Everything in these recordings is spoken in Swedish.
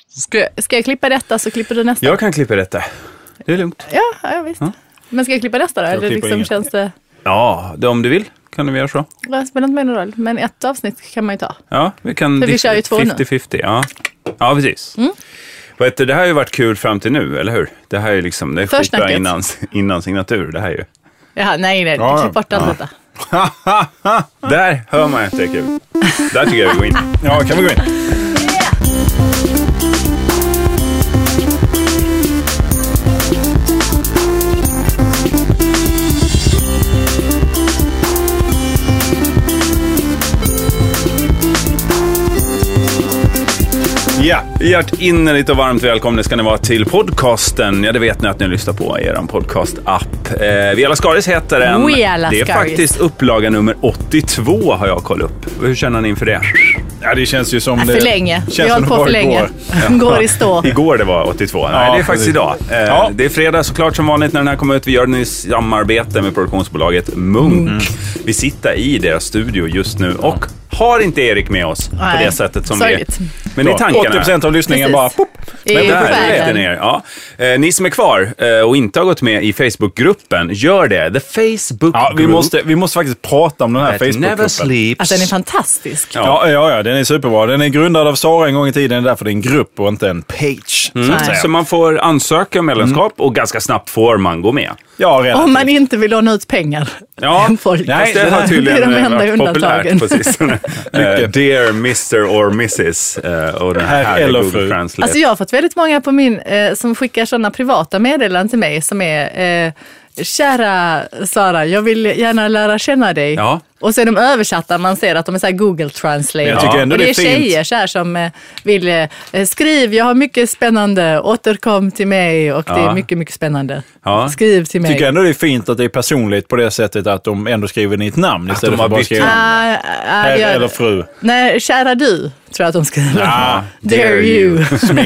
Ska jag klippa detta så klipper du nästa? Jag kan klippa detta. Det är lugnt. Ja visst. Ja. Men ska jag klippa nästa då? Eller liksom känns det... Ja, det om du vill kan du göra så. Det spelar inte någon roll. Men ett avsnitt kan man ju ta. Ja, vi kan... För vi kör ju 2 nu. 50-50, ja, precis. Det här har ju varit kul fram till nu, eller hur? Det här är ju liksom... Det är skitbra innan signatur, det här är ju... Jaha, nej. Klipp bort allt detta. Där hör man att det är kul. Där tycker jag vi går in. Ja, kan vi gå in? Ja, hjärtinnerligt och varmt välkomna ska ni vara till podcasten. Ja, det vet ni att ni lyssnar på er podcast-app. Vi alla Skaris heter den. Det är faktiskt upplaga nummer 82 har jag kollat upp. Hur känner ni inför det? Ja, det känns ju som det... För länge. Vi har hållit på för länge. Går i stå. Igår det var 82. Nej, det är faktiskt idag. Det är fredag såklart som vanligt när den här kommer ut. Vi gör den i samarbete med produktionsbolaget Munk. Vi sitter i deras studio just nu och har inte Erik med oss på det sättet som vi... Men i tankarna. 80% av lyssningen bara... Pop. Men där är ner. Ja. Ni som är kvar och inte har gått med i Facebookgruppen, gör det. The Facebook Group. Vi måste faktiskt prata om den här Facebookgruppen. Alltså den är fantastisk. Ja, den är superbra. Den är grundad av Sara en gång i tiden, därför det är en grupp och inte en page. Så man får ansöka om medlemskap och ganska snabbt får man gå med. Ja, relativt. Om man inte vill låna ut pengar. Ja, nej, det har tydligen varit populärt på sistone. Dear Mr. or Mrs. Och den här eller Google Translate. Alltså jag har fått väldigt många på min som skickar sådana privata meddelanden till mig som är kära Sara, jag vill gärna lära känna dig. Ja. Och så är de översatta, man ser att de är så här Google Translate. Jag tycker ändå och det är fint. tjejer så här som vill skriv, jag har mycket spännande, återkom till mig och det är mycket, mycket spännande. Ja. Skriv till mig. Jag tycker ändå det är fint att det är personligt på det sättet att de ändå skriver ditt namn istället för att bara skriva herr eller fru. Nej, kära du, tror jag att de skriver. Dare you.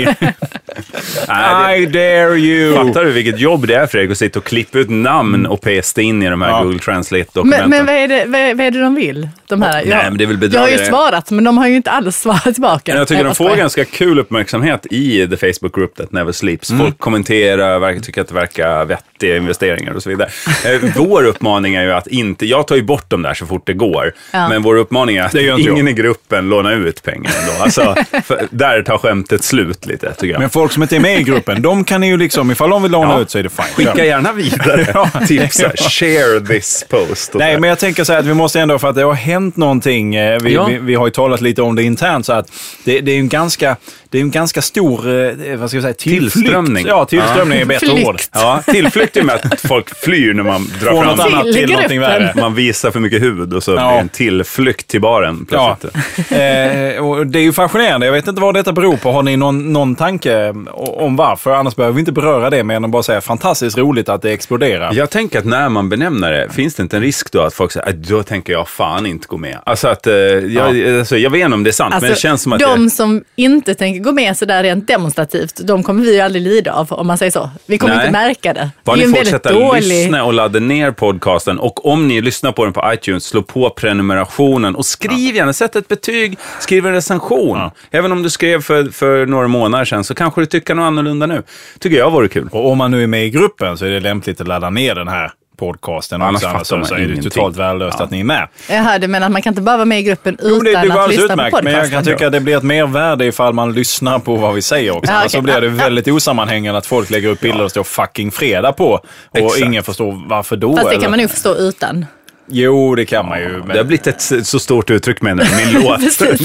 I dare you. Fattar du vilket jobb det är, Fredrik, att sitta och klippa ut namn och pesta in i de här Google Translate-dokumenten? Men vad är det de vill? De här? Men det är väl jag har ju svarat, men de har ju inte alls svarat tillbaka. Men jag tycker de får ganska kul uppmärksamhet i the Facebook group that never sleeps. Folk kommenterar, tycker att det verkar vettiga investeringar och så vidare. Vår uppmaning är ju att inte, jag tar ju bort dem där så fort det går. Men vår uppmaning är att ingen i gruppen lånar ut pengar ändå. Alltså, där tar skämtet slut lite, tycker jag. Men folk som inte är med i gruppen, de kan ju liksom, ifall de vill låna ut så är det fine. Skicka gärna vidare. Tipsa, share this post. Nej, men jag tänker så här att vi måste ändå, för att det har hänt någonting, vi har ju talat lite om det internt, så att det är en ganska stor, vad ska jag säga, tillströmning. Ja, tillströmning är bättre ord. Ja, tillflykt är med att folk flyr när man drar från fram något annat till någonting värre. Man visar för mycket huvud och så blir det en tillflykt till baren plötsligt. Ja. Och det är ju fascinerande. Jag vet inte vad detta beror på. Har ni någon tanke om varför? Annars behöver vi inte beröra det, men bara säga fantastiskt roligt att det exploderar. Jag tänker att när man benämner det, finns det inte en risk då att folk säger att då tänker jag fan inte gå med. Alltså att jag vet inte om det är sant, men det känns som att de som inte tänker gå med så där rent demonstrativt, de kommer vi ju aldrig lida av, om man säger så. Vi kommer inte märka det. Bara ni fortsätter lyssna och ladda ner podcasten, och om ni lyssnar på den på iTunes, slå på prenumerationen och skriv gärna, sätt ett betyg, skriv en recension. Även om du skrev för några månader sedan så kanske du tycker något annorlunda nu. Tycker jag vore kul. Och om man nu är med i gruppen så är det lämpligt att ladda ner den här podcasten, annars så är det totalt värdelöst att ni är med. Jag hörde, men att man kan inte bara vara med i gruppen utan att lyssna på podcasten. Men jag kan tycka att det blir ett mervärde ifall man lyssnar på vad vi säger också. Så blir det väldigt osammanhängande att folk lägger upp bilder och står fucking fredag på och ingen förstår varför då. Fast det kan man nog förstå utan. Jo, det kan man ju. Men... Det har blivit ett så stort uttryck med min låt.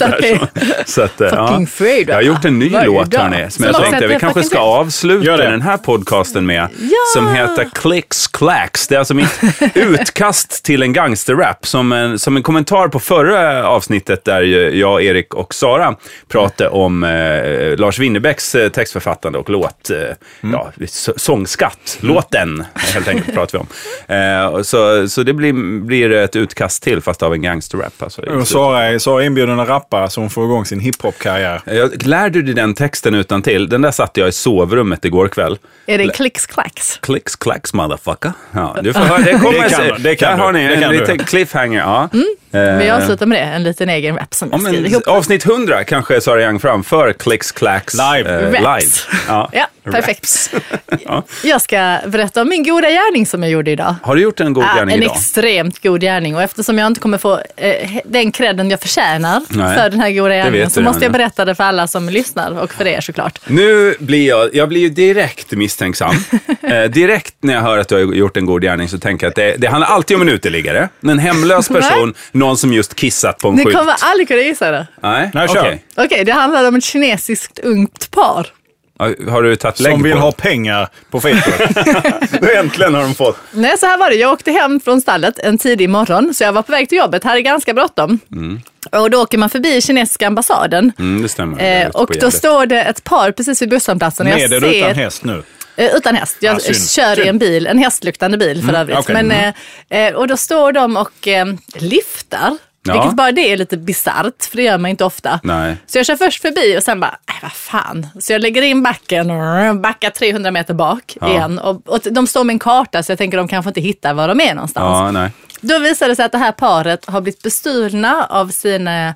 Så att, jag har gjort en ny låt, hörni, som jag tänkte vi kanske ska avsluta den här podcasten med, som heter Clicks Clacks. Det är alltså mitt utkast till en gangsterrap, som en kommentar på förra avsnittet där jag, Erik och Sara pratade om Lars Winnerbäcks textförfattande och låt, sångskatt. Låten, helt enkelt, pratar vi om. Så det blir ett utkast till, fast av en gangsterrap. Alltså, Sara inbjuden att rappa som får igång sin hiphop-karriär. Lärde du dig den texten utan till? Den där satt jag i sovrummet igår kväll. Är det Clicks Clacks? Clicks Clacks, motherfucker. Ja, du får höra. Det kommer. Det kan har ni en liten cliffhanger. Ja. Vi avslutar med det, en liten egen rap som jag skriver ihop. Avsnitt 100 kanske Sara Young framför Klicks Clacks live. Ja, perfekt. Jag ska berätta om min goda gärning som jag gjorde idag. Har du gjort en god gärning idag? En extremt god gärning, och eftersom jag inte kommer få den credden jag förtjänar för den här goda gärningen så måste jag berätta det för alla som lyssnar och för er såklart. Nu blir jag blir ju direkt misstänksam. Direkt när jag hör att du har gjort en god gärning så tänker jag att det handlar alltid om en uteliggare, en hemlös person, någon som just kissat på en skylt. Ni kommer aldrig kunna gissa det. Nej, Okej, det handlar om ett kinesiskt ungt par. Har du tagit lägg som vill på? Ha pengar på Facebook. Äntligen har de fått. Nej, så här var det. Jag åkte hem från stallet en tidig morgon, så jag var på väg till jobbet. Här är ganska bråttom. Och då åker man förbi kinesiska ambassaden. Det stämmer. Och då står det ett par precis vid busshållplatsen. Med eller utan häst nu? Utan häst. Jag kör i en bil, en hästluktande bil för övrigt. Okay. Och då står de och liftar. Ja. Vilket bara det är lite bizarrt, för det gör man inte ofta. Nej. Så jag kör först förbi och sen bara, vad fan. Så jag lägger in backen och backar 300 meter bak igen. Och de står med en karta, så jag tänker de kanske inte hittar var de är någonstans. Ja, nej. Då visar det sig att det här paret har blivit bestulna av sina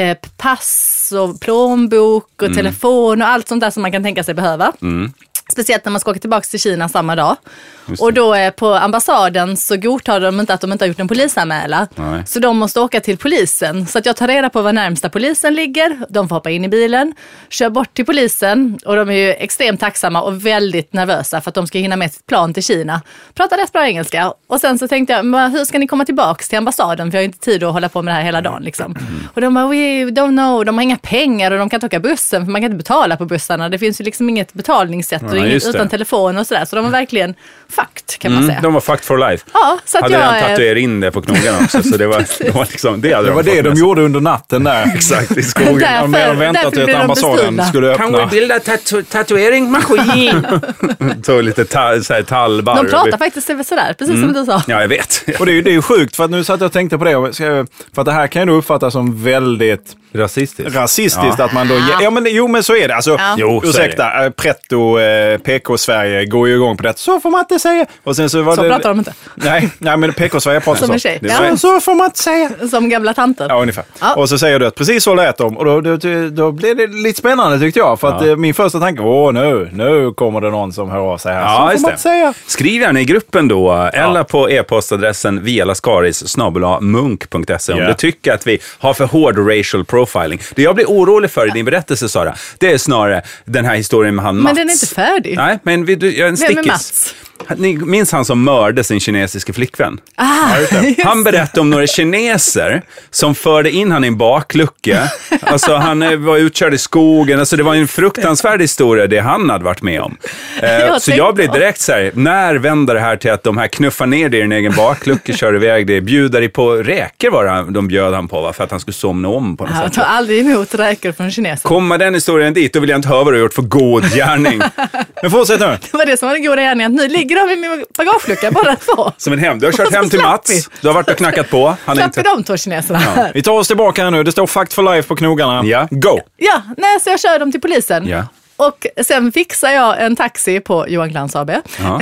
pass och plånbok och telefon och allt sånt där som man kan tänka sig behöva. Speciellt när man ska åka tillbaka till Kina samma dag. Och då på ambassaden så godtar de inte att de inte har gjort en polisanmälan. Så de måste åka till polisen. Så att jag tar reda på var närmsta polisen ligger. De får hoppa in i bilen, kör bort till polisen. Och de är ju extremt tacksamma och väldigt nervösa för att de ska hinna med sitt plan till Kina. Pratar rätt bra engelska. Och sen så tänkte jag, hur ska ni komma tillbaka till ambassaden? För jag har inte tid att hålla på med det här hela dagen. Liksom. Och de bara, we don't know. De har inga pengar och de kan inte åka bussen för man kan inte betala på bussarna. Det finns ju liksom inget betalningssätt och utan telefon och sådär. Så de var verkligen fucked, kan man säga. De var fucked for life. Ja, så att hade jag tatuerat in det på knogarna också. Så det var liksom, det var det de gjorde under natten där. Exakt, i skogen. De väntade till att ambassaden skulle öppna. Kan vi bilda tatueringmaskin? Så lite tallbar. De pratar faktiskt sådär, precis som du sa. Ja, jag vet. Och det är ju sjukt, för att nu satt jag och tänkte på det. För att det här kan ju då uppfattas som väldigt rasistiskt att man då... Ja, men så är det. Alltså, ursäkta, pretto, PK-Sverige går ju igång på det. Så får man inte säga. Och sen så pratar de inte. Nej, men PK-Sverige pratar som en tjej. Så får man inte säga. Som gamla tanter. Ja, ungefär. Ja. Och så säger du att precis så lät de. Och då blev det lite spännande, tyckte jag. För att min första tanke, nu kommer det någon som hör av sig här. Ja, så får man inte säga. Skriv gärna i gruppen då, eller på e-postadressen vialaskaris@munk.se om du tycker att vi har för hård racial profiling. Det jag blir orolig för i din berättelse, Sara, det är snarare den här historien med han Mats. Men den är inte färdig. Nej, men en stickis. Ni minns han som mördade sin kinesiska flickvän? Han berättade om några kineser som förde in han i en baklucka. Alltså han var utkörd i skogen. Alltså det var en fruktansvärd historia det han hade varit med om. Så jag blev direkt så här, när vänder det här till att de här knuffar ner det i en egen baklucka, kör iväg det, bjuder det på räkor var de bjöd han på, för att han skulle somna om på något sätt. Jag tar aldrig emot räkor från kineser. Kommer den historien dit, då vill jag inte höra vad du har gjort för god gärning. Men fortsätt nu. Det var det som var den goda gärningen, att nu ligger de i min bagagelucka bara två. Som en hem. Du har kört hem till Mats. Du har varit och knackat på. Släpper de två kineserna. Ja. Vi tar oss tillbaka här nu. Det står Fact for Life på knogarna. Ja. Go! Ja, så jag kör dem till polisen. Ja. Och sen fixar jag en taxi på Johan Glans AB. Ja.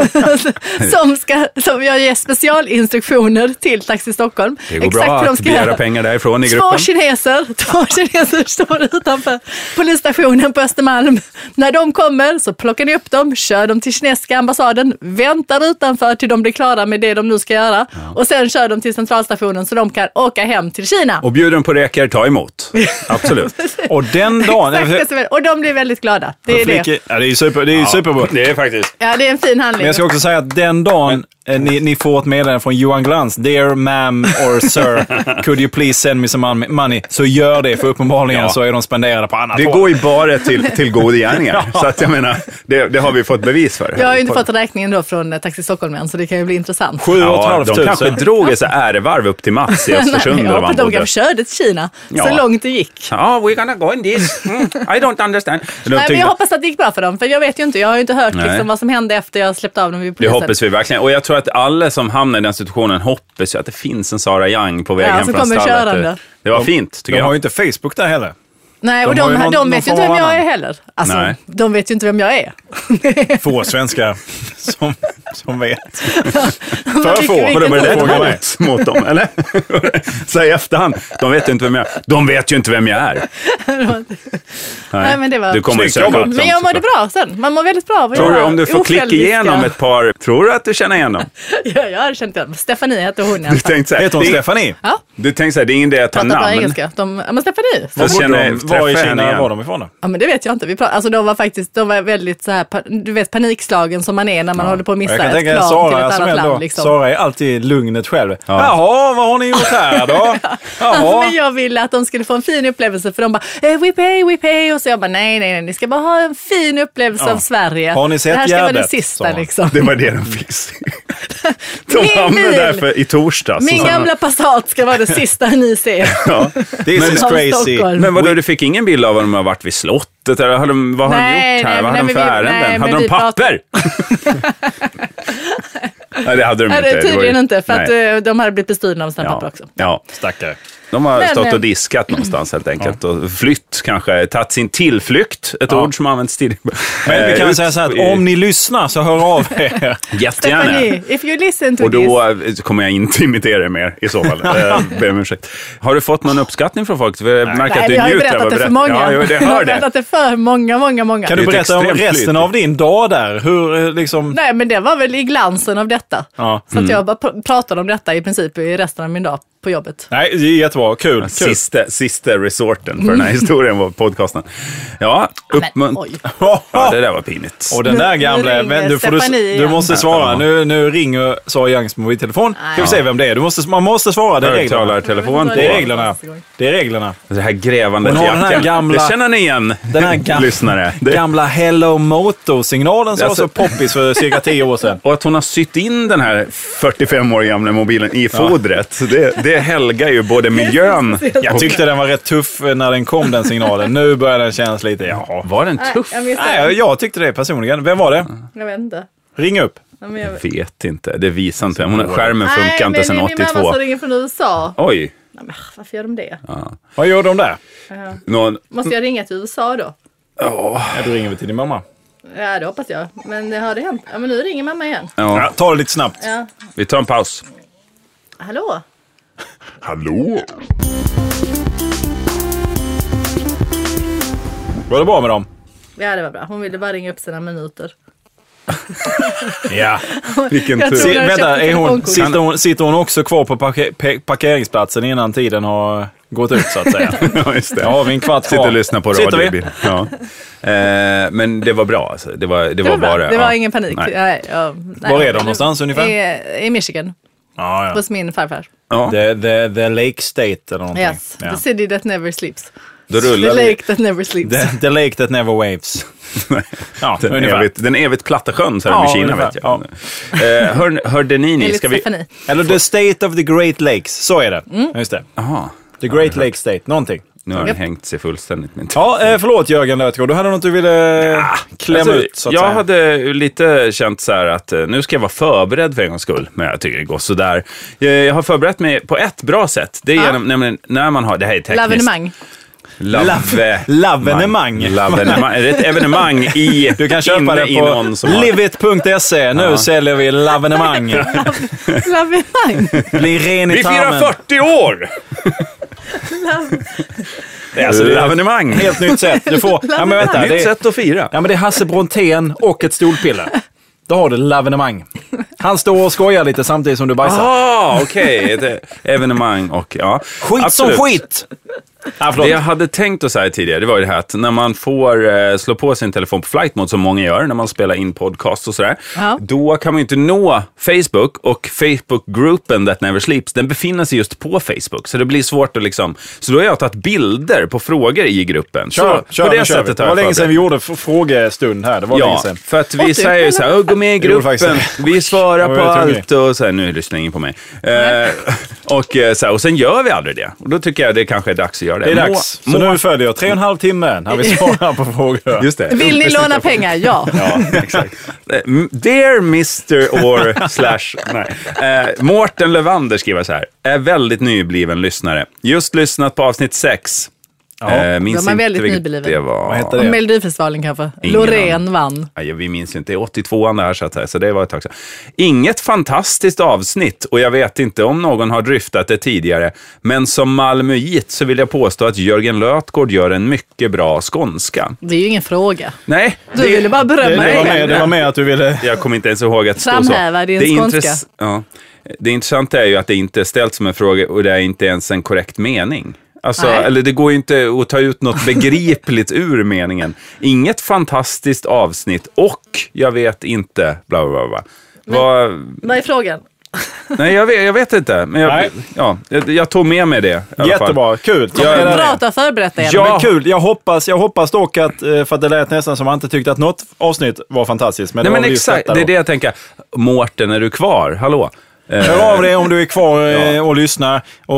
som jag ger specialinstruktioner till Taxi Stockholm. Det går exakt bra att begära pengar därifrån i gruppen. Två kineser står utanför polisstationen på Östermalm. När de kommer så plockar ni upp dem, kör dem till kinesiska ambassaden, väntar utanför till de blir klara med det de nu ska göra. Ja. Och sen kör de till centralstationen så de kan åka hem till Kina. Och bjuder dem på räkor, ta emot. Absolut. Och den dagen... Och de blir väldigt glada. Det är det. Ja, det är superbra. Det är faktiskt. Ja, det är en fin handling. Men jag ska också säga att den dagen ni får ett meddelande från Johan Glans, dear ma'am or sir, could you please send me some money? Så gör det, för uppenbarligen så är de spenderade på annat. Det går ju bara till goda gärningar. Så att jag menar, det har vi fått bevis för. Jag har ju inte fått räkningen då från Taxi Stockholm än, så det kan ju bli intressant. 7 500. De kanske drog sig ärevarv upp till Mats i Östersund. Nej, de kanske körde till Kina så långt det gick. Ja, we're gonna go in this. I don't understand. Nej, men jag hoppas att det gick bra för dem, för jag vet ju inte. Jag har ju inte hört liksom vad som hände efter jag släppte av dem vid polisen. Det hoppas vi verkligen. Och jag tror att alla som hamnar i den situationen hoppas ju att det finns en Sara Young på väg hem från stallet. Det var fint, tycker jag. De har ju inte Facebook där heller. Nej, och de vet ju inte vem jag är heller. Alltså, nej. De vet ju inte vem jag är. Få svenskar som vet. För få. Men det är ett mot dem, eller? Säg efterhand. De vet ju inte vem jag är. De vet ju inte vem jag är. Nej, men det var... Du kommer söka upp dem. Men jag mådde bra sen. Man mår väldigt bra. Tror du om du får klicka igenom ett par... Tror du att du känner igen dem? Ja, jag har känt igen. Stefanie heter hon. Heter hon Stefanie? Ja. Du tänkte så här, det är ingen idé att ta namn. Men Stefanie. Var i Kina var de ifrån då? Ja, men det vet jag inte. De var väldigt så här, du vet, panikslagen som man är när man håller på att missa ett plan till ett annat land. Liksom. Sara är alltid lugnet själv. Ja. Jaha, vad har ni gjort här då? Men jag ville att de skulle få en fin upplevelse, för de bara, we pay. Och så jag bara, nej, ni ska bara ha en fin upplevelse av Sverige. Har ni sett det här ska vara det sista liksom. Det var det de fick se. De hamnade därför i torsdags. Min gamla Passat ska vara det sista ni ser. Ja. This is crazy. Men vadå, du fick ingen bild av vad de har varit vid slottet? Eller vad har de gjort här? Vad hade de för ärenden? Hade de papper? Nej, det hade de inte. Tydligen inte, för att de hade blivit bestulna av sina papper också. Ja, stackare. De har stått och diskat någonstans helt enkelt och flytt kanske, tagit sin tillflykt, ett ord som används till. Men vi kan säga så här att om ni lyssnar så hör av er. Jättegärna. Stephanie, if you listen to och då kommer jag inte imitera er mer i så fall. Ber om ursäkt. Har du fått någon uppskattning från folk? Vi märker att du njuter av att berätta. Jag har berättat det för många. Kan du berätta om resten av din dag där? Hur liksom... Nej, men det var väl i glansen av detta. Ja. Så att jag bara pratade om detta i princip i resten av min dag på jobbet. Nej, det är jättebra. Kul. Sista resorten för den här historien var podcasten. Ja, ja, det där var pinigt. Och den där gamla... Du måste svara. Nu ringer Sara Youngs mobiltelefon. Ska vi se vem det är? Man måste svara. Det är reglerna. Det är reglerna. Det här grävandet jackan. Det känner ni igen, den här lyssnare. Gamla Hello Moto-signalen som var så poppis för cirka 10 år sedan. Och att hon har sytt in den här 45 år gamla mobilen i fodret. Det helgar ju både miljön. Jag tyckte den var rätt tuff när den kom, den signalen. Nu börjar den kännas lite, jaha. Var den tuff? Nej, jag tyckte det personligen. Vem var det? Jag vet inte. Ring upp. Jag vet inte, det visar inte. Skärmen funkar inte sedan 82. Min mamma som ringer från USA. Oj. Nej, men varför gör de det? Ja. Vad gör de där? Måste jag ringa till USA då? Ja, du ringer vi till din mamma. Ja, det hoppas jag. Men det har det hänt. Ja, men nu ringer mamma igen. Ja, ta det lite snabbt. Ja. Vi tar en paus. Hallå? Var det bra med dem? Ja, det var bra. Hon ville bara ringa upp sina minuter. Ja. Vilken tur. Vänta, sitter hon också kvar på parkeringsplatsen innan tiden har gått ut så att säga? Ja, just det. Ja, vi en kvart kvar. Sitter och lyssnar på radio. Ja. Men det var bra alltså. Det var bara... Det var ingen panik. Nej. Var är de någonstans ungefär? I Michigan. Ja. Hos min farfar. Ja. The Lake State eller någonting. Yes, the city that never sleeps. The lake that never sleeps. The lake that never waves. Ja, den evigt platta sjön så här i Kina, vet jag. Ja. Hörde ni ska vi... Eller the state of the Great Lakes, så är det. Just det. Aha. The Great Lake State, någonting. Nu har den hängt sig fullständigt med. Ja, förlåt Jörgen Lötgård. Du hade något du ville klämma ut, så att säga. Jag hade lite känt så här att nu ska jag vara förberedd för en gångs skull. Men jag tycker det går så där. Jag har förberett mig på ett bra sätt. Det är nämligen när man har, det här är tekniskt. Lavenemang. Lavenemang. Är det ett evenemang i... Du kan köpa det på livit.se. Nu säljer vi lavenemang. Lavenemang. Blir ren i tarmen. Vi firar 40 år! Det är alltså lavenemang. Helt nytt sätt. Du får, nytt sätt att fira. Ja, men det är Hasse Brontén och ett stolpiller. Då har du lavenemang. Han står och skojar lite samtidigt som du bajsar. Okej. Evenemang och skit absolut. Som skit! Det jag hade tänkt att säga tidigare, det var ju det här att när man får slå på sin telefon på flight mode, som många gör när man spelar in podcast och sådär, då kan man ju inte nå Facebook, och Facebook-gruppen That Never Sleeps, den befinner sig just på Facebook, så det blir svårt att liksom, så då har jag tagit bilder på frågor i gruppen. Kör, på det sättet det var länge sedan vi gjorde frågestund här, det var länge sedan. För att vi säger så här, gå med i gruppen, vi svarar på allt och så här, nu lyssnar ingen på mig. Och sen gör vi aldrig det. Och då tycker jag det kanske är dags att göra det. Det är dags. Så nu följer jag 3,5 timmar när vi svarar på frågor. Just det. Vill ni låna pengar? Ja. Ja, exakt. Dear Mr. or slash... Nej. Mårten Lövander skriver så här. Är väldigt nybliven lyssnare. Just lyssnat på avsnitt 6. Minns de är väldigt nybliven. Vad hette det? Melodifestivalen kanske. Loreen vann. Vi minns inte. 82an där så att säga. Så det var ett tag sedan. Inget fantastiskt avsnitt. Och jag vet inte om någon har dryftat det tidigare. Men som malmöit så vill jag påstå att Jörgen Lötgård gör en mycket bra skånska. Det är ju ingen fråga. Nej. Du ville bara berömma det var med att du ville... Jag kommer inte ens ihåg att stå så. Framhäva din skånska. Det intressanta är ju att det inte är ställt som en fråga och det är inte ens en korrekt mening. Alltså, eller det går ju inte att ta ut något begripligt ur meningen. Inget fantastiskt avsnitt och jag vet inte bla bla bla. Vad är frågan? Nej, jag vet inte. Men jag tog med mig det. Jättebra, kul. Bra att ha förberett det. Ja. Men kul. Jag hoppas dock att, för att det lät nästan som man inte tyckte att något avsnitt var fantastiskt. Men, men exakt, det är det jag tänker. Mårten, är du kvar? Hallå? Hör av dig om du är kvar och lyssnar. Och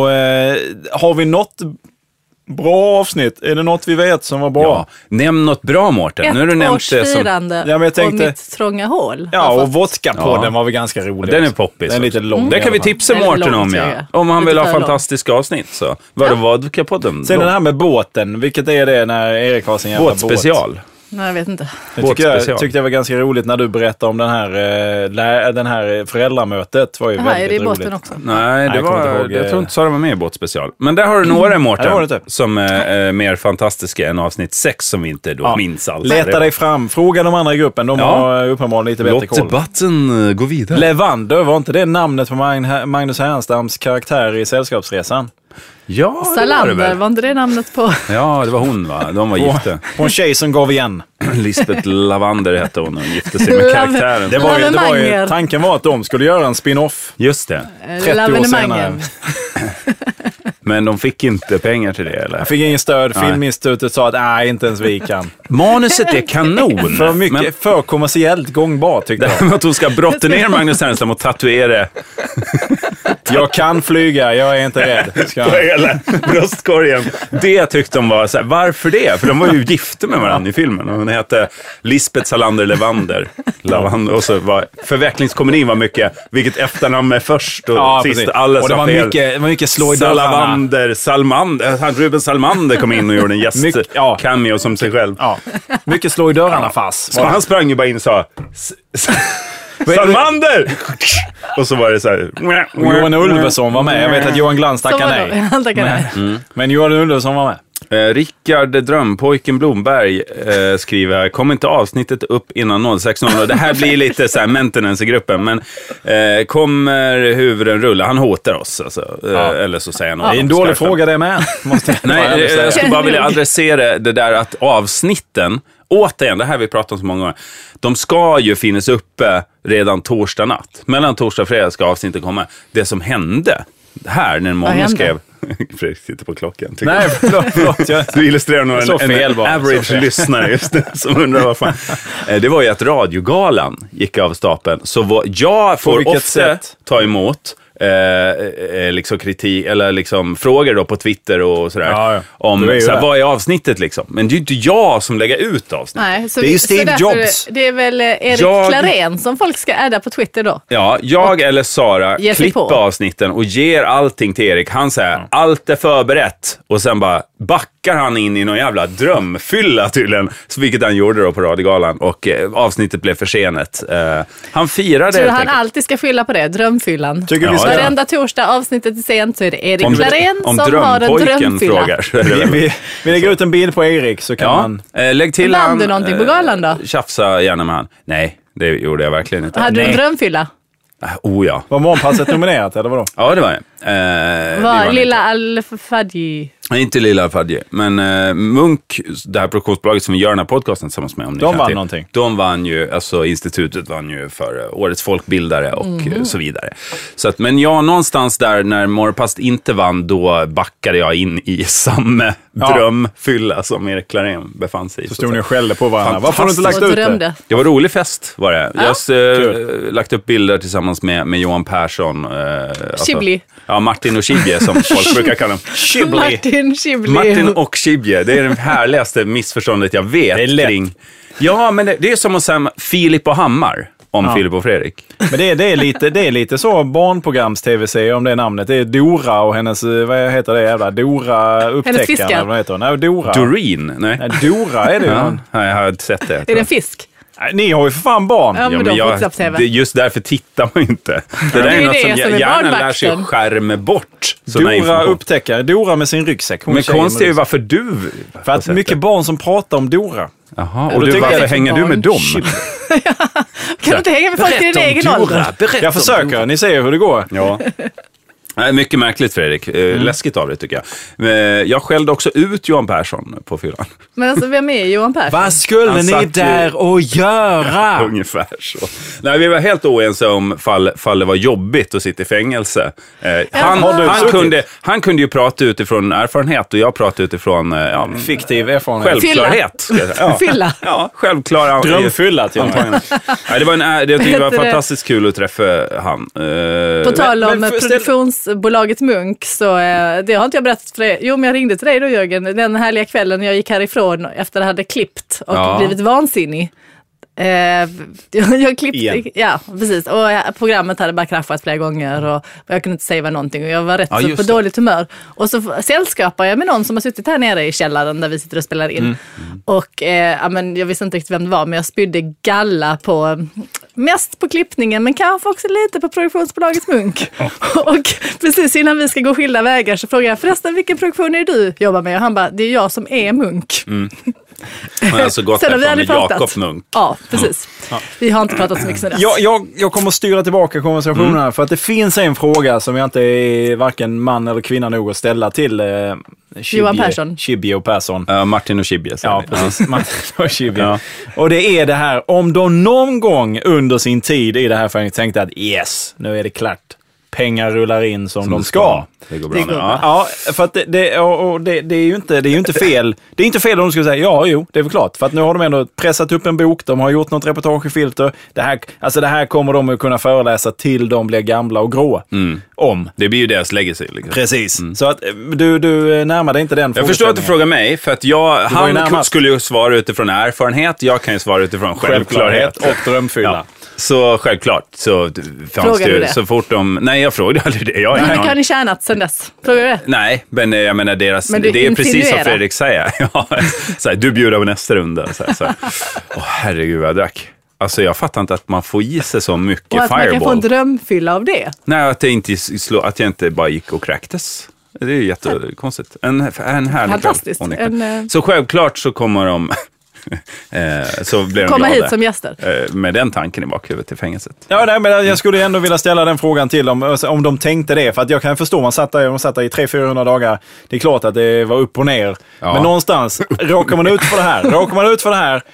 har vi något bra avsnitt? Är det något vi vet som var bra? Ja, nämn något bra, Mårten. Nu har du nämnt det som... och mitt trånga hål. Ja, och vodka-podden var väl ganska rolig. Den är poppis. Den är lite lång. Det kan vi tipsa Mårten om, om han vill ha fantastiska avsnitt. Så. Var det vodka-podden? Sen den här med båten. Vilket är det när Erik har sin jävla båt? Båtspecial. Nej, jag vet inte. Jag tyckte det var ganska roligt när du berättade om den här föräldramötet. Var ju väldigt är det i roligt. båten också? Nej, jag tror inte Sara var med i båtspecial. Men där har du några, Mårten, som är mer fantastiska än avsnitt 6 som vi inte då minns alls. Leta dig fram. Fråga de andra i gruppen. De har uppenbarligen lite bättre koll. Låt debatten gå vidare. Levander, var inte det namnet på Magnus Härnstams karaktär i Sällskapsresan? Ja, Salander, var inte det namnet på? Ja, det var hon, va? De var gifta. På en tjej som gav igen. Lisbeth Lavander hette hon och gifte sig med karaktären. Det var ju, tanken var att de skulle göra en spin-off. Just det. 30 år senare. Men de fick inte pengar till det, eller? Jag fick ingen stöd. Filminstitutet sa att nej, inte ens vi kan. Manuset är kanon. För mycket, för kommersiellt gångbart, tyckte jag. Att hon ska brotta ner Magnus Härenstam och tatuera. Jag kan flyga, jag är inte rädd. På hela bröstkorgen. Det tyckte de var så här, varför det? För de var ju gifta med varandra i filmen. Och hon hette Lisbeth Salander Levander. Och så var förvecklingskomedin var mycket, vilket efternamn med först och sist. Alla och det var mycket slå i dörrarna. Salmander, Ruben Salmander kom in och gjorde en gäst-cameo som sig själv. Ja. Mycket slå i dörrarna fast. Han sprang ju bara in och sa Salmander! Och så var det så här. Johan Ulveson var med. Jag vet att Johan Glans tackade nej. Men Johan Ulveson var med. Rickard Drömpojken Blomberg skriver, kom inte avsnittet upp innan 06.00. Det här blir lite så här maintenance i gruppen, men kommer huvuden rulla? Han hotar oss alltså. Eller så säger han det är en dålig fråga det med. Nej, jag skulle bara vilja adressera det där att avsnitten, återigen, det här vi pratat om så många gånger, de ska ju finnas uppe redan torsdag natt. Mellan torsdag och fredag ska avsnittet komma. Det som hände här när många skrev Fredrik sitter på klockan. Nej, förlåt. Du illustrerar nog en average-lyssnare just nu som undrar vad fan. Det var ju att radiogalan gick av stapeln. Så jag får ofta ta emot liksom kritik eller liksom frågor då på Twitter och sådär om såhär, vad är avsnittet liksom. Men det är ju inte jag som lägger ut avsnitt. Nej, så det är ju Steve Jobs. Det är väl Erik Klarén som folk ska adda på Twitter då. Ja, jag eller Sara klipper avsnitten och ger allting till Erik. Han säger allt är förberett och sen bara backar han in i någon jävla drömfylla tydligen, vilket han gjorde då på radiogalan och avsnittet blev försenat. Han firade. Tror han alltid ska fylla på det, drömfyllan. Varenda torsdag avsnittet är sent så är det Erik Klarén som har en drömfylla. Vi lägger ut en bild på Erik så kan man... Lägg till vann du någonting på galan då? Tjafsa gärna med han. Nej, det gjorde jag verkligen inte. Hade du en drömfylla? Ja. Var morgonpasset nominerat eller vadå? Ja, det var det. Var Lilla Al-Fadji? Inte Lilla Al-Fadji, men Munk, det här produktionsbolaget som vi gör den här podcasten tillsammans med. Om de vann någonting. De vann ju, alltså institutet vann ju för årets folkbildare och så vidare. Så att, men någonstans där när morgonpasset inte vann, då backade jag in i samma drömfylla som Erik Klarén befann sig i. Så stod ni och skällde på varandra. Varför har du inte lagt ut det? Det var rolig fest var det. Jag har lagt upp bilder tillsammans med Johan Persson. Chibli. Ja, Martin och Chibje som folk brukar kalla dem. Martin och Chibje. Det är det härligaste missförståndet jag vet. Det är lätt. Ja, men det är som att säga Filip och Hammar. om Filip och Fredrik. Men det är lite så barnprograms-tv-serie om det namnet. Det är Dora och hennes, vad heter det jävla? Dora upptäckaren. Vad heter hon? Nej, Dora. Doreen? Nej, Dora är det ju. Nej, jag har inte sett det. Är det en fisk? Ni har ju för fan barn. Ja, men just därför tittar man inte. Det där är något som gärna lär sig att skärma bort. Dora upptäcker. Dora med sin ryggsäck. Men konstigt är ju varför du... För att mycket barn som pratar om Dora. Jaha, och varför hänger du med dem? Kan du inte hänga med folk i din egen ålder? Jag försöker, ni ser hur det går. Ja. Mycket märkligt, Fredrik. Läskigt av det, tycker jag. Jag skällde också ut Johan Persson på fyllan. Men alltså, vem är Johan Persson? Vad skulle ni där och göra? Ungefär så. Nej, vi var helt oense om fall det var jobbigt att sitta i fängelse. Han kunde ju prata utifrån erfarenhet och jag pratade utifrån fiktiv erfarenhet. Självklarhet. Fylla. Ja, självklar. Drömfylla till det var fantastiskt kul att träffa han. På tal om produktionsbolaget Munk, så det har inte jag berättat för dig. Jo, men jag ringde till dig då, Jörgen, den härliga kvällen när jag gick härifrån efter att jag hade klippt och blivit vansinnig. Jag klippte, ja precis, och programmet hade bara kraschat flera gånger och jag kunde inte säga någonting och jag var rätt så på dåligt humör och så sällskapar jag med någon som har suttit här nere i källaren där vi sitter och spelar in och men jag visste inte riktigt vem det var, men jag spydde galla på mest på klippningen men kanske också lite på produktionsbolaget Munk och precis innan vi ska gå skilda vägar så frågar jag förresten, vilken produktion är du jobbar med? Och han bara, det är jag som är Munk. Men alltså gått därifrån med Jakob Munk. Ja, precis. Ja. Vi har inte pratat så mycket sedan dess. Jag kommer att styra tillbaka konversationen här för att det finns en fråga som jag inte är varken man eller kvinna nog att ställa till Johan Persson. Chibie och Persson. Martin och Chibie. Ja, precis. Martin och Chibie. Ja. Och det är det här, om de någon gång under sin tid i det här fängelset tänkte att yes, nu är det klart. Pengar rullar in som de ska. Det går bra. Ja, för att det är ju inte fel. Det är inte fel om de skulle säga, det är väl klart. För att nu har de ändå pressat upp en bok, de har gjort något reportage i Filter. Det här kommer de att kunna föreläsa till de blir gamla och grå om. Det blir ju deras legacy. Liksom. Precis. Så att du närmar dig inte den frågan. Jag förstår att du frågar mig, för att han skulle ju svara utifrån erfarenhet, jag kan ju svara utifrån självklarhet och drömfylla. Ja. Så självklart så fanns det så fort de... Nej, jag frågade aldrig det. Hur mycket har ni tjänat sen dess? Frågar du det? Nej, men jag menar det är precis som Fredrik säger. Du bjuder på nästa runda. Herregud vad jag drack. Alltså jag fattar inte att man får i sig så mycket och att Fireball. Man kan få en drömfylla av det. Nej, att jag inte bara gick och kräktes. Det är ju jättekonstigt. En härlig fantastiskt. Så självklart så kommer de... så blir de komma glada. Hit som gäster. Med den tanken i bakhuvudet till fängelset. Ja, nej, men jag skulle ändå vilja ställa den frågan till dem om de tänkte det. För att jag kan förstå, man satt där i 300-400 dagar. Det är klart att det var upp och ner. Ja. Men någonstans, råkar man ut för det här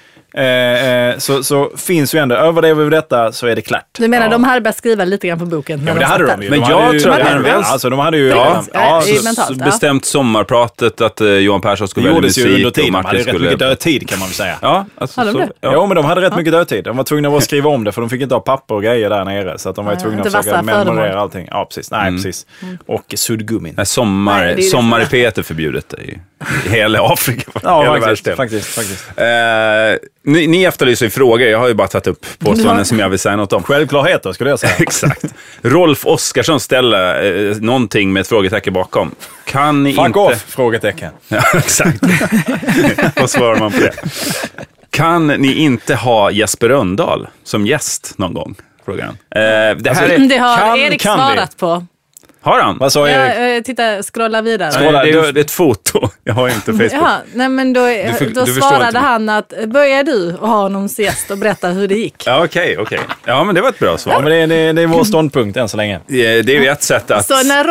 så finns ju ändå, överlever vi detta så är det klart. Du menar de hade börjat skriva lite grann på boken? Ja, men det hade de ju. Men de hade ju bestämt sommarpratet att Johan Persson skulle välja musik. Det gjordes ju under tiden. De hade rätt mycket dödtid kan man väl säga. Ja, ja, men de hade rätt mycket dödtid. De var tvungna att skriva om det för de fick inte ha papper och grejer där nere. Så att de var tvungna att försöka memorera allting. Ja, precis. Nej, precis. Och suddgummin. Sommar i Peter förbjudet i hela Afrika. Ja, faktiskt. Ni efterlyser ju frågor. Jag har ju bara tagit upp påståenden som jag vill säga något om. Självklarheter skulle jag säga. Exakt. Rolf Oskarsson ställer någonting med ett frågetecken bakom. Kan ni inte... off, frågetecken. Ja, exakt. Vad svarar man på det? Kan ni inte ha Jesper Rönndahl som gäst någon gång? Frågan. Det har Erik svarat på. Har han? Vad sa Erik? Titta, scrolla vidare. Det är ett foto. Jag har inte Facebook. Jaha, nej men då svarade han att börjar du och ha någon gäst och berätta hur det gick. Ja, okej. Ja, men det var ett bra svar. Ja, men det är vår ståndpunkt än så länge. Det är ju ett sätt att... Så när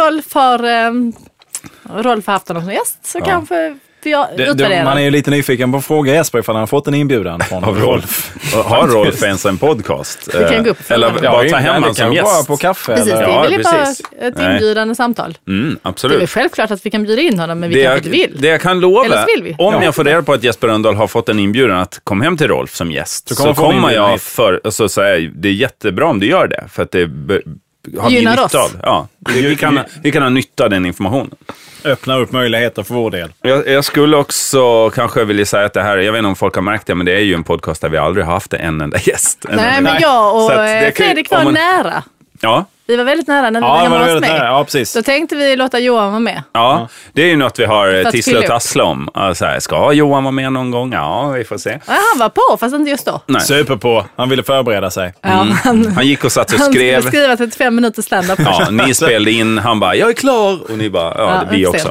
Rolf har haft honom som gäst så kanske... Man är ju lite nyfiken på att fråga Jesper ifall han har fått en inbjudan från Rolf. Har Rolf ens en podcast? Vi kan gå upp eller bara ta hem han som gäst. Bara på kaffe. Precis, det är väl bara ett inbjudande samtal. Absolut. Det är självklart att vi kan bjuda in honom, men vi kanske inte vill. Det jag kan lova, om jag får reda på att Jesper Rönndahl har fått en inbjudan att komma hem till Rolf som gäst, så kommer jag och så säga, det är jättebra om du gör det, för att det har vi nytta av. Ja, vi kan ha nytta av den informationen. Öppnar upp möjligheter för vår del. Jag skulle också kanske vilja säga att det här, jag vet inte om folk har märkt det, men det är ju en podcast där vi aldrig har haft en enda gäst. Nej, men jag och Fredrik var nära. Ja. Vi var väldigt nära när vi var hemma hos mig. Ja, precis. Då tänkte vi låta Johan vara med. Ja, det är ju något vi har tisslat och tasslat om. Alltså, ska Johan vara med någon gång? Ja, vi får se. Ja, han var på, fast inte just då. Nej. Super på. Han ville förbereda sig. Ja, han gick och satt och skrev. Han skulle skriva 35 minuter stand-up. Ja, ni spelade in. Han bara, jag är klar. Och ni bara, ja, det blir också.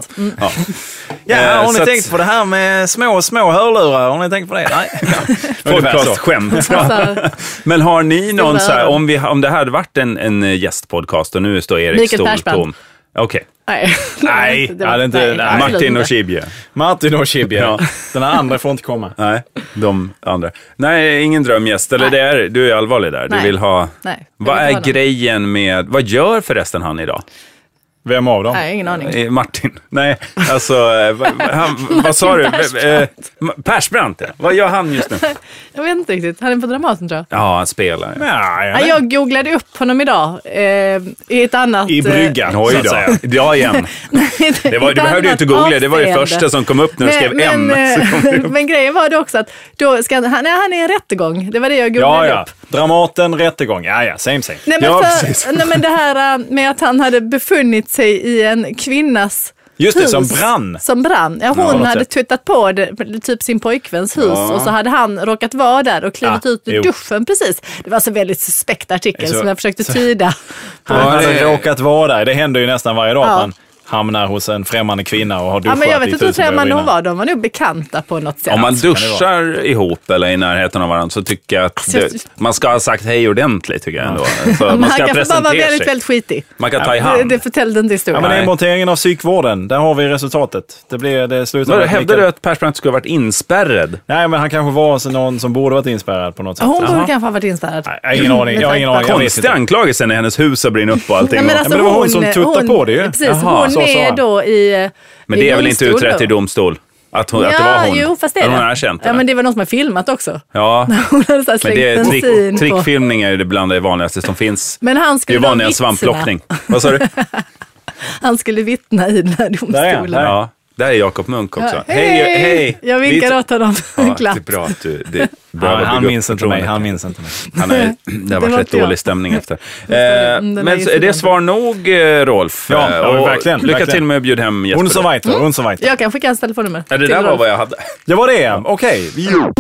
Ja, har ni tänkt på det här med små hörlurar? Har ni tänkt på det? Nej. Podcastskämt. Men har ni någon så här, om det här hade varit en gästpodcast och nu står Erik stol tom. Okej. Nej. Martin och Shibje. Martin och Shibje. Ja. Den här andra får inte komma. Nej, de andra. Nej, ingen drömgäst. Eller du är allvarlig där. Du vill ha... Nej. Vad är grejen med... Vad gör förresten han idag? Vem av dem? Nej, ingen aning. Martin. Nej, alltså... vad sa du? Persbrandt. Vad gör han just nu? Jag vet inte riktigt. Han är på Dramaten, tror jag. Ja, han spelar. Jag googlade upp honom idag. I ett annat... I bryggan, så att säga. Ja, igen. Du behövde ju inte googla. Det var det första som kom upp när du skrev M. Men grejen var det också att då ska han är i en rättegång. Det var det jag googlade upp. Dramaten, rättegång. Ja, same. Nej, men det här med att han hade befunnit sig i en kvinnas just hus. Det, som brann. Ja, hon hade tuttat på det, typ sin pojkväns hus och så hade han råkat vara där och klivit ut ur duschen precis. Det var så väldigt suspekt artikel som jag försökte tyda. Han hade råkat vara där. Det händer ju nästan varje dag att man hamnar hos en främmande kvinna och har duschat. Ja, men jag vet inte hur främmande hon var. De var nog bekanta på något sätt. Om man duschar ihop eller i närheten av varandra så tycker jag att man ska ha sagt hej ordentligt, tycker jag ändå. Så man ska presentera sig. Man var väldigt skitig. Man kan ta i hand. Det förtällde inte historien. Ja, men det är monteringen av psykvården. Där har vi resultatet. Det slutar. Hävdar du att Persbrandt skulle ha varit inspärrad? Nej, men han kanske var någon som borde varit inspärrad på något sätt. Hon borde kanske ha varit inspärrad. Nej, ingen aning. Jag har ingen aning. Konstig anklagelser när hennes hus har brinnit upp och allting. Men det var hon som tuttade på det ju. Precis, hon är då men det är väl inte utrett i domstol? Att det var hon. Jo, fast det är hon har erkänt det. Ja, men det var någon som har filmat också. Ja, hon hade så här men det är trickfilmning är det bland det vanligaste som finns. Men han skulle det är vanliga svampplockning. Vad sa du? Han skulle vittna i den här domstolen. Ja. Där är Jakob Munk också. Ja, hej! Jag vinkar åt honom. Det är bra att du... han minns inte mig. Det har varit rätt dålig stämning efter. Men är det svar nog, Rolf? Ja, verkligen. Lycka till med att bjuda hem Jesper. Hon som vet. Jag kan skicka en telefonnummer. Det där var vad jag hade. Det var det, okej.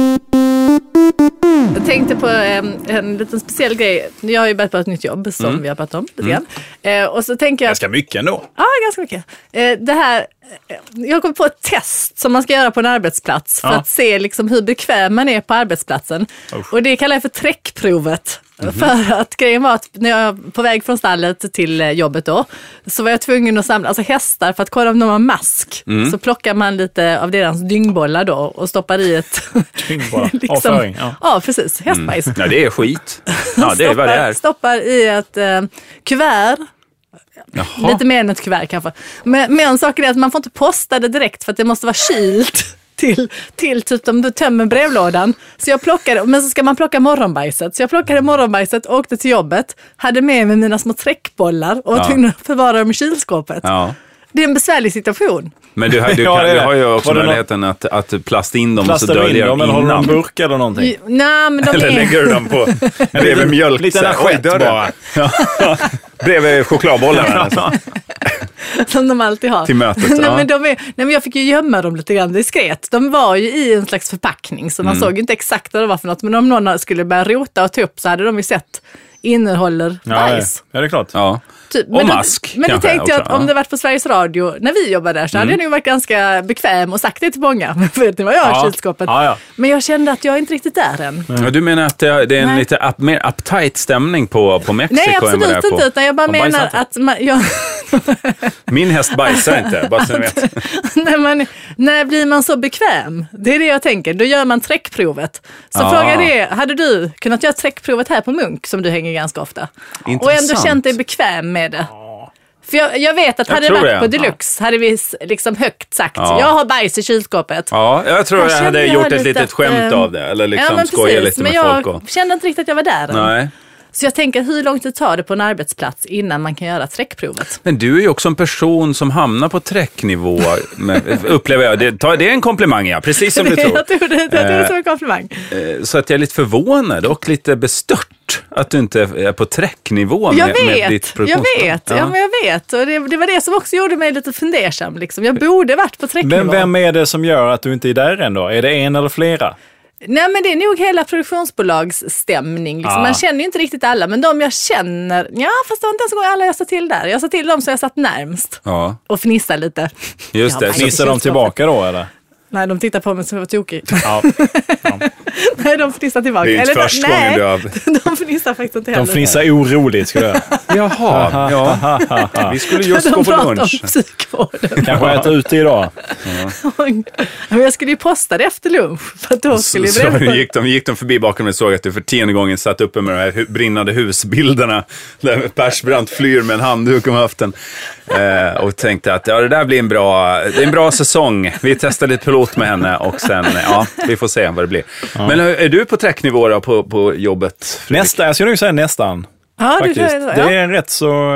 Jag tänkte på en liten speciell grej. Jag har ju börjat på ett nytt jobb som vi har pratat om lite grann. Och så tänker jag... Ganska mycket ändå. Ja, ganska mycket. Det här... Jag kom på ett test som man ska göra på en arbetsplats för att se liksom hur bekväm man är på arbetsplatsen. Och det kallar jag för träckprovet. För att grejen var att när jag var på väg från stallet till jobbet då, så var jag tvungen att samla hästar för att kolla om de har mask. Så plockar man lite av deras dyngbollar då och stoppar i ett... Dyngbollar? liksom, ja, precis. Hästbajs. Ja, det är skit. Ja, det är vad det är. Stoppar i ett kuvert. Jaha. Lite mer än ett kuvert kanske. Men en sak är att man får inte posta det direkt för att det måste vara kylt till typ de tömmer brevlådan. Så jag plockade, men så ska man plocka morgonbajset. Så jag plockade morgonbajset och åkte till jobbet. Hade med mig mina små träckbollar och tvungen att förvara dem i kylskåpet. Ja. Det är en besvärlig situation. Men du har ju också möjligheten att plasta in dem och så dölja dem innan. Eller har du en burk eller någonting? Nej, men eller lägger du dem på bredvid mjölk. Lite skett bara. Bredvid chokladbollarna. Som de alltid har. Till mötet. Nej, men jag fick ju gömma dem lite grann diskret. De var ju i en slags förpackning så man såg ju inte exakt vad det var för något. Men om någon skulle börja rota och ta upp så hade de ju sett innehåller bajs. Ja, det är klart. Ja. Typ. Och mask. Men då tänkte jag att om det varit på Sveriges Radio när vi jobbade där så hade jag nog varit ganska bekväm och sagt det till många. Vet ni vad jag har i kylskåpet? Ja. Men jag kände att jag inte riktigt där än. Ja, du menar att det är en lite mer uptight stämning på Mexiko? Nej, absolut inte. Utan jag bara menar att... Min häst bajsar inte, bara så ni vet. När blir man så bekväm? Det är det jag tänker. Då gör man träckprovet. Så frågar det, hade du kunnat göra träckprovet här på Munk som du hänger ganska ofta? Intressant. Och ändå känt dig bekväm med det. För jag vet att hade det varit på Deluxe hade vi liksom högt sagt jag har bajs i kylskåpet. Ja, jag tror jag hade gjort ett litet skämt av det. Eller liksom skoja lite med folk. Men jag kände inte riktigt att jag var där. Nej. Så jag tänker, hur långt det tar det på en arbetsplats innan man kan göra träckprovet? Men du är ju också en person som hamnar på träcknivå, upplever jag. Det är en komplimang, ja, precis som du tror. Jag tror det är en komplimang. Så att jag är lite förvånad och lite bestört att du inte är på träcknivå med ditt produktionsbolag. Jag vet. Och det var det som också gjorde mig lite fundersam. Liksom. Jag borde varit på träcknivå. Men vem är det som gör att du inte är där ändå? Är det en eller flera? Nej, men det är nog hela produktionsbolagsstämning. Liksom. Man känner ju inte riktigt alla, men de jag känner... fast det var inte ens en gång alla jag sa till där. Jag sa till dem som jag satt närmst. Ja. Och fnissade lite. Just det. Fnissar de tillbaka då, eller? Nej, de tittar på mig som jag var tokig. Ja. Nej, de fnissar tillbaka. Det är inte första gången du har... De fnissar faktiskt inte heller. De fnissar oroligt, ska du göra. Jaha, ja. Vi skulle just gå på lunch. Om psykvården. Kanske äta ute idag. Men jag skulle ju posta det efter lunch. För att då skulle så gick de förbi bakom mig och såg att du för 10:e gången satt uppe med de här brinnande husbilderna. Där Persbrandt flyr med en handduk om höften. Och tänkte att det där blir en bra säsong. Vi testar lite pilot med henne och sen, vi får se vad det blir. Ja. Men är du på träcknivå då på jobbet? Jag skulle nog säga nästan. Ja, faktiskt. Det är en rätt så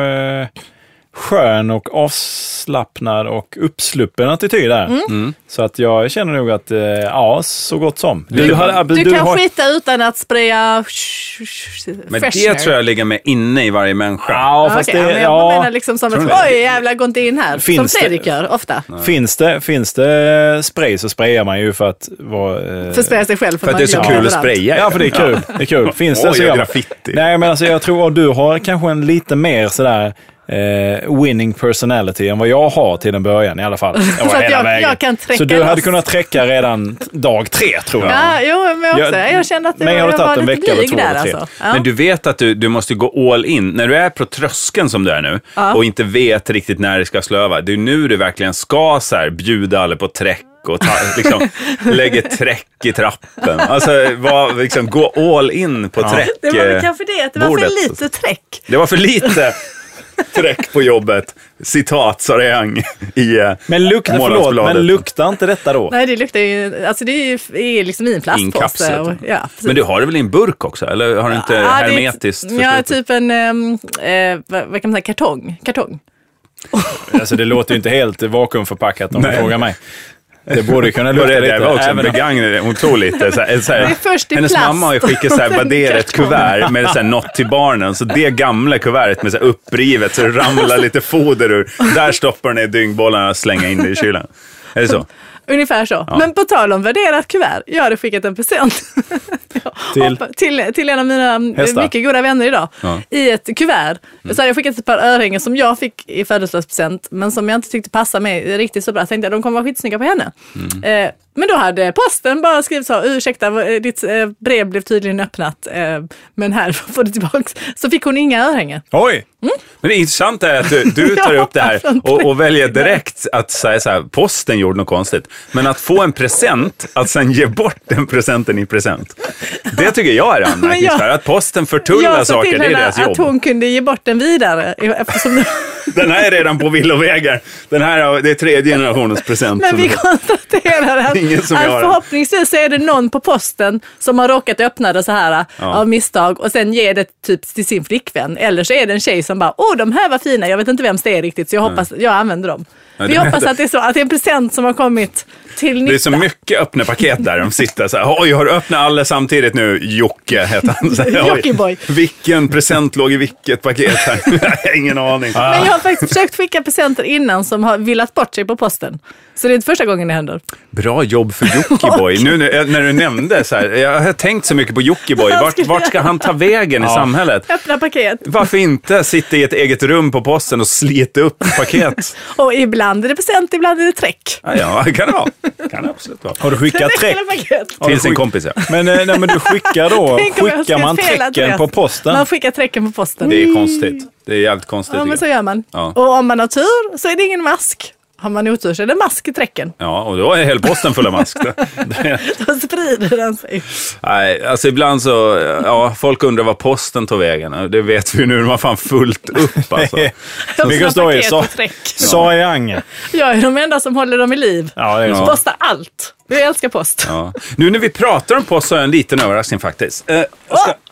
skön och avslappnad och uppsluppen attityd där. Så att jag känner nog att, så gott som. Du kan skita utan att spraya. Men det tror jag ligger med inne i varje människa. Ja, fast okay, det... Jag menar liksom som ett, jävla, gå inte in här. Som Fredrik gör, ofta. Finns det spray så sprayar man ju för att vara... För spraya sig själv. För att det är så kul att spraya. Ja, för det är kul. Finns det så graffiti. Nej, men alltså jag tror att du har kanske en lite mer sådär... winning personality än vad jag har till en början i alla fall. Jag kan träcka. Så du hade kunnat träcka redan dag 3, tror jag. Ja, jo, men jag kände att jag var lite blyg där. Alltså. Ja. Men du vet att du måste gå all in. När du är på tröskeln som du är nu och inte vet riktigt när det ska slöva. Det är nu du verkligen ska så här, bjuda alla på träck och liksom, lägga träck i trappen. Alltså, liksom, gå all in på träck. Det var väl kanske det, att det var för lite träck. Det var för lite träck på jobbet. Citat Sara Young i men luktar inte detta då? Nej, det luktar ju, alltså det är liksom i en plastpåse. Men du har det väl i en burk också? Eller har du inte hermetiskt? Typ en vad kan man säga, kartong. Alltså det låter ju inte helt vakuumförpackat om du frågar mig. Det borde kunna lukta lite. Det var också en begagnade. Hon tog lite. Hennes mamma har ju skickat ett kuvert med så här, något till barnen. Så det gamla kuvertet med så här, upprivet så det ramlar lite foder ur. Där stoppar den i dyngbollarna och slänger in det i kylen. Är det så? Ungefär så. Ja. Men på tal om värderat kuvert. Jag hade skickat en present till en av mina mycket goda vänner idag. Ja. I ett kuvert. Så hade jag skickat ett par örhängen som jag fick i födelsedagspresent. Men som jag inte tyckte passa mig riktigt så bra. Jag tänkte att de kommer vara skitsnygga på henne. Men då hade posten bara skrivit så: ursäkta, ditt brev blev tydligen öppnat. Men här får du tillbaka. Så fick hon inga örhängen. Oj! Men det intressanta är att du tar upp det här och väljer direkt att säga så här: posten gjorde något konstigt. Men att få en present, att sen ge bort den presenten i present. Det tycker jag är anmärkningsvärt. Att posten förtullar saker, det är deras jobb. Att hon kunde ge bort den vidare. Eftersom den här är redan på villovägar. Den här, det är 3:e generationens present. Men vi konstaterar att förhoppningsvis är det någon på posten som har råkat öppna det så här av misstag och sen ger det typ till sin flickvän. Eller så är det en tjej som bara, de här var fina, jag vet inte vem det är riktigt, så jag hoppas jag använder dem. Vi hoppas att det är så, att det är en present som har kommit till nytta. Det är så mycket öppna paket där de sitter så här: oj, har du öppnat alla samtidigt nu? Jocke heter han. Jockeboy. Vilken present låg i vilket paket här? Jag har ingen aning. Men jag har faktiskt försökt skicka presenter innan som har villat bort sig på posten. Så det är inte första gången det händer. Bra jobb för Jockeboy. Nu när du nämnde så här, jag har tänkt så mycket på Jockeboy. Vart ska han ta vägen i samhället? Öppna paket. Varför inte sitta i ett eget rum på posten och slita upp paket? Och ibland är det present, ibland är det träck. Ja, kan det vara. Kan det absolut vara. Har du skickat träck? Till sin kompis, ja. Men du skickar då, skickar man träcken på posten? Man skickar träcken på posten. Det är konstigt. Det är jävligt konstigt. Ja, men så gör man. Ja. Och om man har tur så är det ingen mask. Har man otur så är det mask i träcken. Ja, och då är hela posten full av mask. Då sprider den sig. Nej, alltså ibland så, folk undrar vad posten tog vägen. Det vet vi nu, de har fan fullt upp alltså. Mycket story, Sara Young. Jag är de enda som håller dem i liv. Ja, det är så. Postar allt. Jag älskar post. Ja. Nu när vi pratar om post så har jag en liten överraskning faktiskt.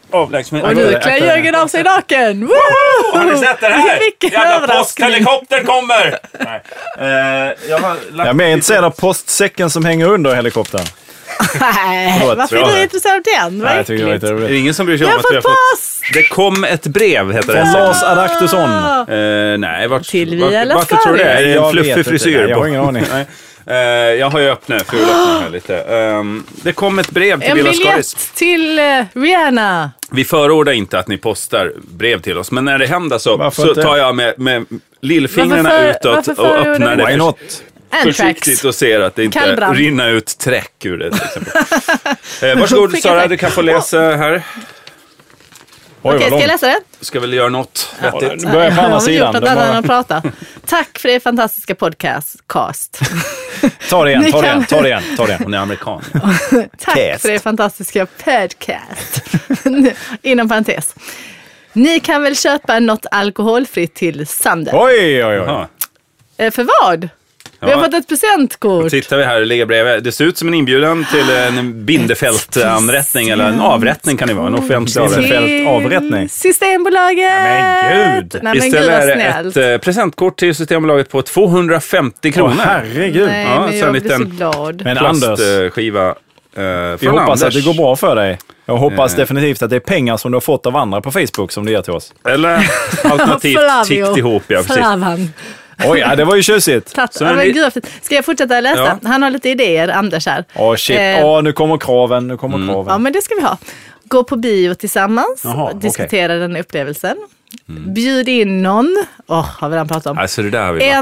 avlägsna. Och nu klär Jörgen av sig naken. Woo! Har ni sett det här? Vilken jävla posthelikoptern kommer! Nej. Jag är mer intresserad av postsäcken som hänger under helikoptern. Nej, varför är du intresserad av den? Nej, jag tycker det är det är ingen som bryr sig om att vi har fått... Det kom ett brev, heter det. Från Lars Adaktusson. Nej, varför tror du det? Är det en fluffig frisyr? Jag har ingen aning. Jag har ju öppnat här lite. Det kom ett brev till Villa Skaris. En biljett till Rihanna. Vi förordar inte att ni postar brev till oss, men när det händer så tar jag med lillfingrarna utåt och öppnar det. Försiktigt och ser att det inte rinner ut träck ur det. Varsågod Sara, du kan få läsa här. Okej, ska jag läsa det? Ska väl göra något vettigt. Nu börjar på andra sidan. Prata. Tack för er fantastiska podcast. Ta det igen. Hon är amerikan. Tack för er fantastiska podcast. Inom parentes. Ni kan väl köpa något alkoholfritt till Sander? Oj. För vad? Vi har fått ett presentkort. Tittar vi här, det ligger bredvid. Det ser ut som en inbjudan till en Bindefält-anrättning eller en avrättning kan det vara. En offentlig Bindefält-avrättning. Systembolaget! Men gud! Istället är det ett presentkort till Systembolaget på 250 kronor. Herregud! Nej, men jag blir så glad. Men plastskiva. Vi hoppas att det går bra för dig. Jag hoppas definitivt att det är pengar som du har fått av andra på Facebook som du ger till oss. Eller alternativt tickt ihop. Ja, precis. Oj, det var ju tjusigt. Ska jag fortsätta läsa? Ja. Han har lite idéer, Anders här. Nu kommer kraven. Ja, men det ska vi ha. Gå på bio tillsammans. Diskutera den upplevelsen. Bjud in någon. Har vi redan pratat om. Alltså det där har vi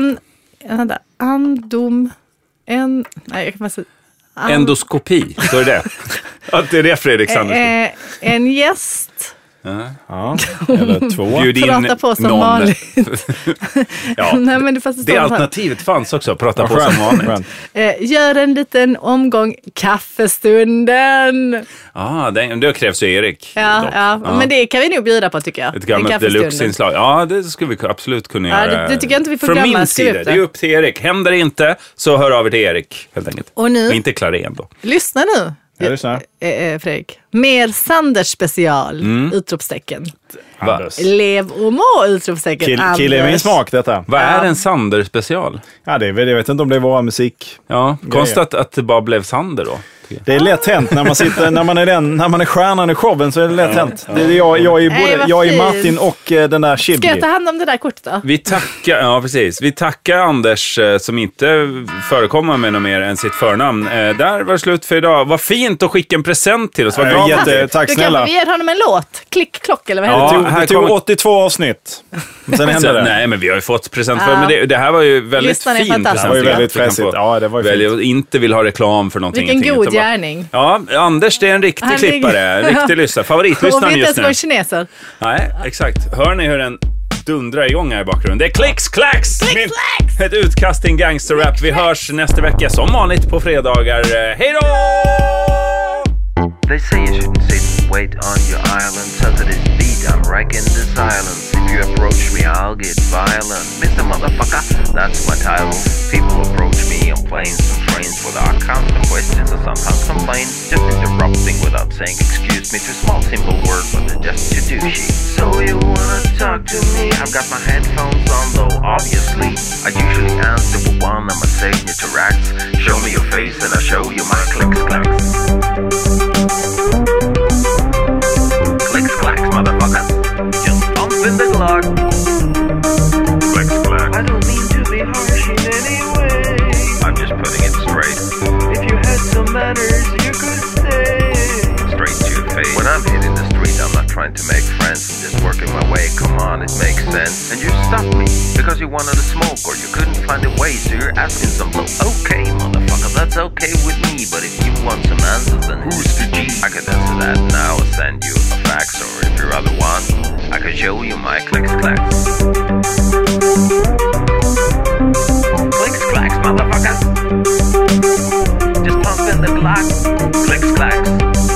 endoskopi, så är det. Att det är det Fredrik Sanderson. En gäst. Eller 2. Bjud in prata på som vanligt. Nej, men det alternativet fanns också. Prata på som vanligt. Gör en liten omgång kaffestunden. Det krävs ju Erik. Men det kan vi nog bjuda på tycker jag. Ett gammalt deluxe-inslag. Ja, det skulle vi absolut kunna göra. Det tycker jag inte vi får glömma. Från min sida, det är upp till Erik. Händer det inte så hör av er till Erik helt enkelt. Och nu, inte Klarén då. Lyssna nu. Fredrik. Mer Sanders special, utropstecken. Lev och må, utropstecken. Kille är min smak detta. Vad är en Sander special? Jag vet inte om det är våra musik. Konstigt att det bara blev Sander då. Det är lätt hänt när man är stjärnan i showen, så är det lätt hänt. Det är jag är Martin och den där Chibli. Ska jag ta hand om det där kortet då? Vi tackar Anders som inte förekommer med något mer än sitt förnamn. Där var det slut för idag. Vad fint att skicka en present till oss. Tack snälla. Vi ger honom en låt. Klick-klock eller vad heter det? Det tog 82 avsnitt. Sen hände det. Nej, men vi har ju fått present för. Men det här var ju väldigt fint. Det var ju väldigt fräsigt. Det var ju fint. Inte vill ha reklam för någonting. Vilken god gärning. Ja, Anders det är en riktig klippare. Riktig lyssnare. Favoritlyssnaren just nu. Och vi kineser. Nej, exakt. Hör ni hur den dundrar igång här i bakgrunden? Det är Klicks Klacks! Ett utkast till en gangsterrap. Vi hörs nästa vecka som vanligt på fredagar. Hej då! They say you shouldn't sit and wait on your island. So to this beat, I'm wrecking the silence. If you approach me, I'll get violent. Mr. Motherfucker, that's my title. People approach me on planes and trains without constant questions or sometimes complaints. Just interrupting without saying excuse me. Too small, simple word, but they're just too douchey. So you wanna talk to me? I've got my headphones on though, obviously. I usually answer with one of my signature acts. Show me your face and I'll show you my clicks clacks. Clicks clacks, motherfucker. Just pump in the clock. Clicks clacks. I don't mean to be harsh in any way. I'm just putting it straight. If you had some manners, you could say straight to your face. When I'm hitting the street, I'm not trying to make friends. I'm just working my way. Come on, it makes sense. And you stopped me because you wanted to smoke or you couldn't find a way, so you're asking some blow. Okay, motherfucker, that's okay with me. But if you want some answers, then who's the G? I could answer that now or send you a fax, or if you rather want, I could show you my clicks clacks. Clicks clacks, motherfucker. Just pump in the clock. Clicks clacks.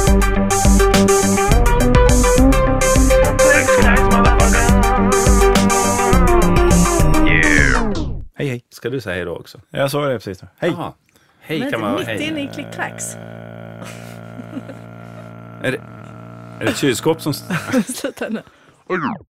Clicks clacks, motherfucker. Yeah. Hej. Ska du säga hej då också? Jag såg det precis. Hej. Aha. Hej kan man vara. Mitt inne i klick-klacks. Är det ett kylskåp som... Sluta nu.